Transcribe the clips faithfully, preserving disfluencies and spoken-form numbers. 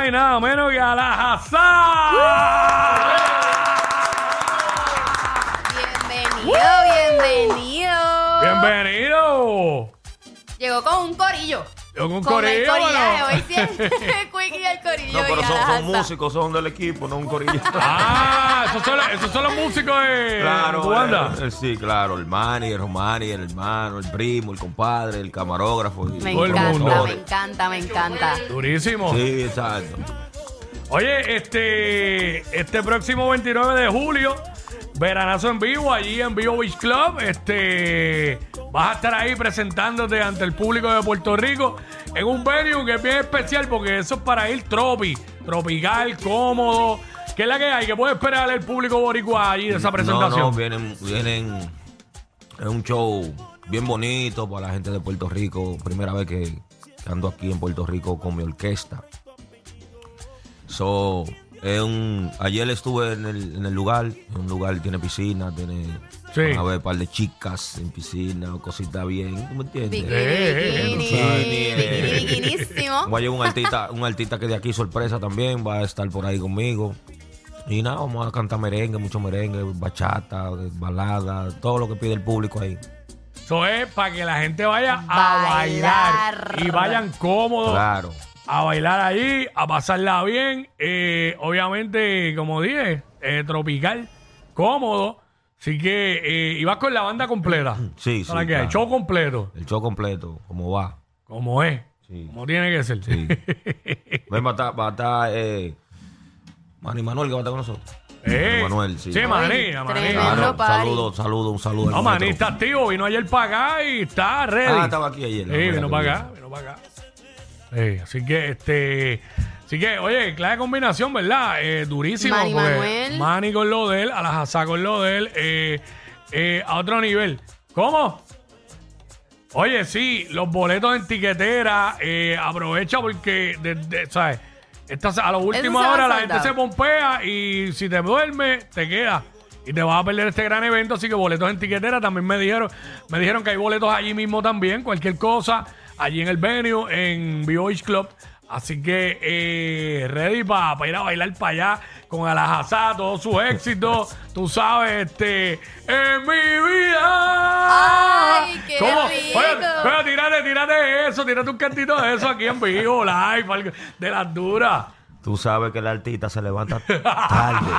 más y nada menos que a la Hazard. Bienvenido, bienvenido. Bienvenido. Llegó con un corillo. Yo con un Con el corillo, corillaje, bueno. hoy siempre Quickie y el corillo. No, pero y son, a la son Hazard. músicos, son del equipo, no un corillo. Ah, esos son, los- esos son los músicos de Claro, tu banda. eh, eh, sí, claro, el manager, el manager, el hermano, el primo, el compadre, el camarógrafo. y Me Todo el encanta, mundo. me encanta, me encanta. Durísimo. Sí, exacto. Oye, este, este próximo veintinueve de julio, veranazo en vivo, allí en Vivo Beach Club. Este, vas a estar ahí presentándote ante el público de Puerto Rico en un venue que es bien especial porque eso es para ir tropi, tropical, cómodo. ¿Qué es la que hay? ¿Qué puede esperar el público boricua allí de esa presentación? No, no, vienen, vienen. Es un show bien bonito para la gente de Puerto Rico. Primera vez que, que ando aquí en Puerto Rico con mi orquesta. So, es un, ayer estuve en el, en el lugar. En un lugar tiene piscina, tiene. Sí. Van a ver un par de chicas en piscina, cositas bien. ¿Tú me entiendes? Bikini, Eh, bikini, eh, bikini, eh. bikinísimo. Voy a llevar un artista, un artista que de aquí sorpresa también va a estar por ahí conmigo. Y nada, vamos a cantar merengue, mucho merengue, bachata, balada, todo lo que pide el público ahí. Eso es para que la gente vaya a bailar, Bailar. y vayan cómodos Claro. a bailar allí, a pasarla bien. Eh, obviamente, como dije, eh, tropical, cómodo. Así que, eh, y vas con la banda completa. Sí, Para sí, que hay claro. show completo, El show completo, como va. como es, Sí. como tiene que ser. Sí. Ven, va a estar, va a estar eh, Manny Manuel, que va a estar con nosotros. Eh, Manny Manuel, sí. Sí, Maní, Ay, Maní. tremendo. Claro, party. saludo, saludo, un saludo. al No, Maní maestro. está activo, vino ayer para acá y está ready. Ah, estaba aquí ayer. Sí, no, vino mira, para qué acá, vino para acá. Sí, así que, este... Así que, oye, clave combinación, ¿verdad? Eh, durísimo. Manny porque Manuel. Manny con lo de él, a la Hazard con lo de él, eh, eh, a otro nivel. ¿Cómo? Oye, sí, los boletos en tiquetera, eh, aprovecha porque, de- de- ¿sabes? Estas, a la última se va hora la sold gente out. se pompea y si te duermes, te quedas. Y te vas a perder este gran evento, así que boletos en tiquetera también me dijeron, me dijeron que hay boletos allí mismo también, cualquier cosa, allí en el venue, en Vivo Beach Club. Así que eh, ready para ir a bailar para allá con Alajazá, todos sus éxitos, tú sabes, este, en mi vida. Ay, qué ¿Cómo? rico. Oye, pero tírate, tírate eso, tírate un cantito de eso aquí en vivo, live, algo de las duras. Tú sabes que el artista se levanta tarde.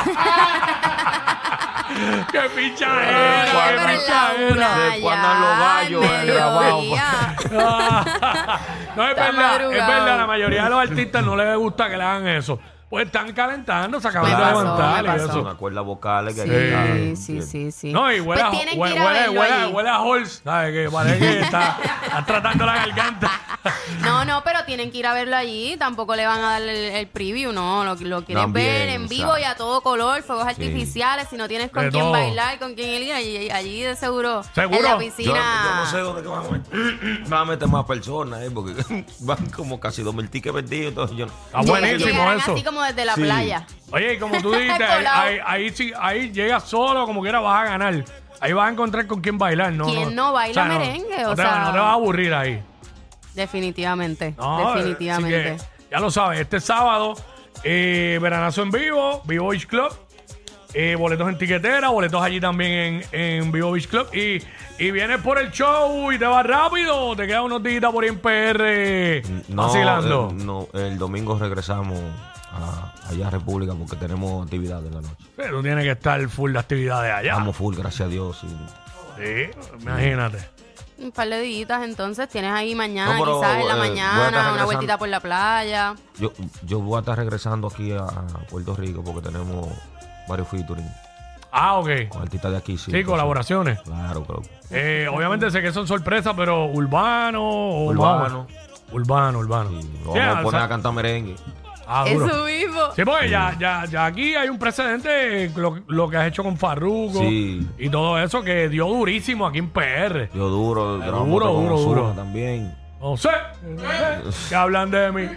¡Qué pichadera! Oye, ¡Qué pero en la pichadera! una Después ya, andan los gallos, al el grabado. mediodía. No, es Está verdad, es madrugado. verdad, la mayoría de los artistas no les gusta que le hagan eso. Pues están calentando, se acaban Me de pasó, levantar me y pasó. eso. Son cuerdas vocales que hay Sí, que estar, sí, ¿entiendes? sí, sí. No, y huele, Pues a, tienen que huele, ir a huele, verlo huele, allí. huele a Halls, ¿sabes? Que parece que está, está tratando la garganta. No, no, pero tienen que ir a verlo allí. Tampoco le van a dar el, el preview, no. Lo, lo quieren También, ver en o vivo sea. y a todo color, fuegos artificiales. Si no tienes con De quién todo. bailar, con quién ir, allí, allí de seguro. ¿Seguro? En la Yo, piscina. yo no sé dónde que van a meter, van a meter más personas, ¿eh? Porque van como casi dos mil tickets vendidos. Entonces yo no- Está Llegan- buenísimo llegarán eso. así como desde la Sí. playa. Oye, y como tú dijiste, ahí, Colado. ahí, ahí sí, ahí llegas solo, como quiera vas a ganar. Ahí vas a encontrar con quién bailar, ¿no? ¿Quién no baila no- merengue? No, O te, sea- no te vas a aburrir ahí. Definitivamente. No, definitivamente. así que, ya lo sabes, este sábado, eh, veranazo en vivo, Vivo Beach Club. Eh, boletos en tiquetera, boletos allí también en, en Vivo Beach Club. Y, y vienes por el show y te vas rápido, o te quedas unos días por ahí en P R No, vacilando. eh, no, el domingo regresamos a, allá a República porque tenemos actividad de la noche. Pero tú tienes que estar full de actividades allá. Estamos full, gracias a Dios. sí. Sí, imagínate. Un par de días, entonces tienes ahí mañana, No, pero, quizás en la eh, voy a estar mañana, una regresando. vueltita por la playa. Yo, yo voy a estar regresando aquí a, a Puerto Rico porque tenemos varios featuring Ah, ok. con artistas de aquí. Sí, Sí, entonces, colaboraciones. Claro, claro. Eh, obviamente sé que son sorpresas, pero urbano o Urbano. más- Urbano, urbano. Sí, lo Sí, vamos ah, a poner sa- a cantar merengue. ah, duro. Eso mismo. Sí, porque ya, ya, ya aquí hay un precedente, lo, lo que has hecho con Farruko Sí. y todo eso que dio durísimo aquí en P R. Yo duro, grabamos duro, otro con duro, Ozuna duro. también. No sé, que hablan de mí.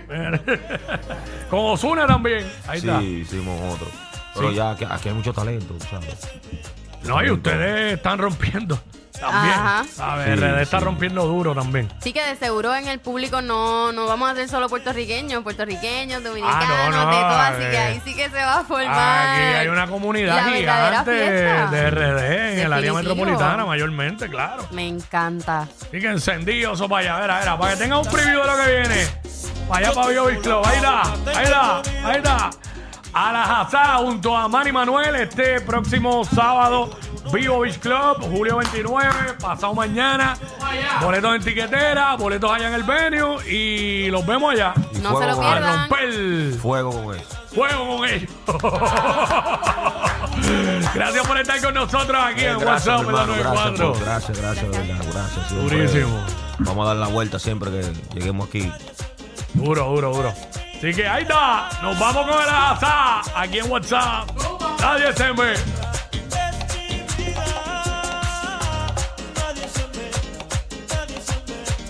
Con Ozuna también. Ahí Sí, está. hicimos otro. Pero Sí. ya aquí, aquí hay mucho talento, ¿sabes? No, y ustedes están rompiendo. También. Ajá. A ver, Sí, R D está sí. rompiendo duro también. Sí que de seguro en el público no, no vamos a ser solo puertorriqueños, puertorriqueños, dominicanos, Ah, no, no, de todo, así eh. que ahí sí que se va a formar. Aquí hay una comunidad la verdadera gigante fiesta. de R D en el área Definitivo. metropolitana, mayormente, claro. Me encanta. Así que encendido eso para allá, verá, verá, para que tenga un preview de lo que viene. Para allá, para Vivo Beach Club. Ahí está, ahí está, ahí está. A la Jazá junto a Manny Manuel este próximo sábado. Vivo Beach Club, julio veintinueve, pasado mañana. Boletos en tiquetera, boletos allá en el venue y los vemos allá. Y No fuego se lo con A pierdan. romper Fuego con eso. fuego con ellos. Gracias por estar con nosotros aquí Eh, en gracias, WhatsApp, mi ¿verdad? hermano, noventa y gracias, cuatro. por- gracias, gracias, de verdad, gracias. siempre. Durísimo. Vamos a dar la vuelta siempre que lleguemos aquí. Duro, duro, duro. Así que ahí está. Nos vamos con el azar aquí en WhatsApp. Nadie se me.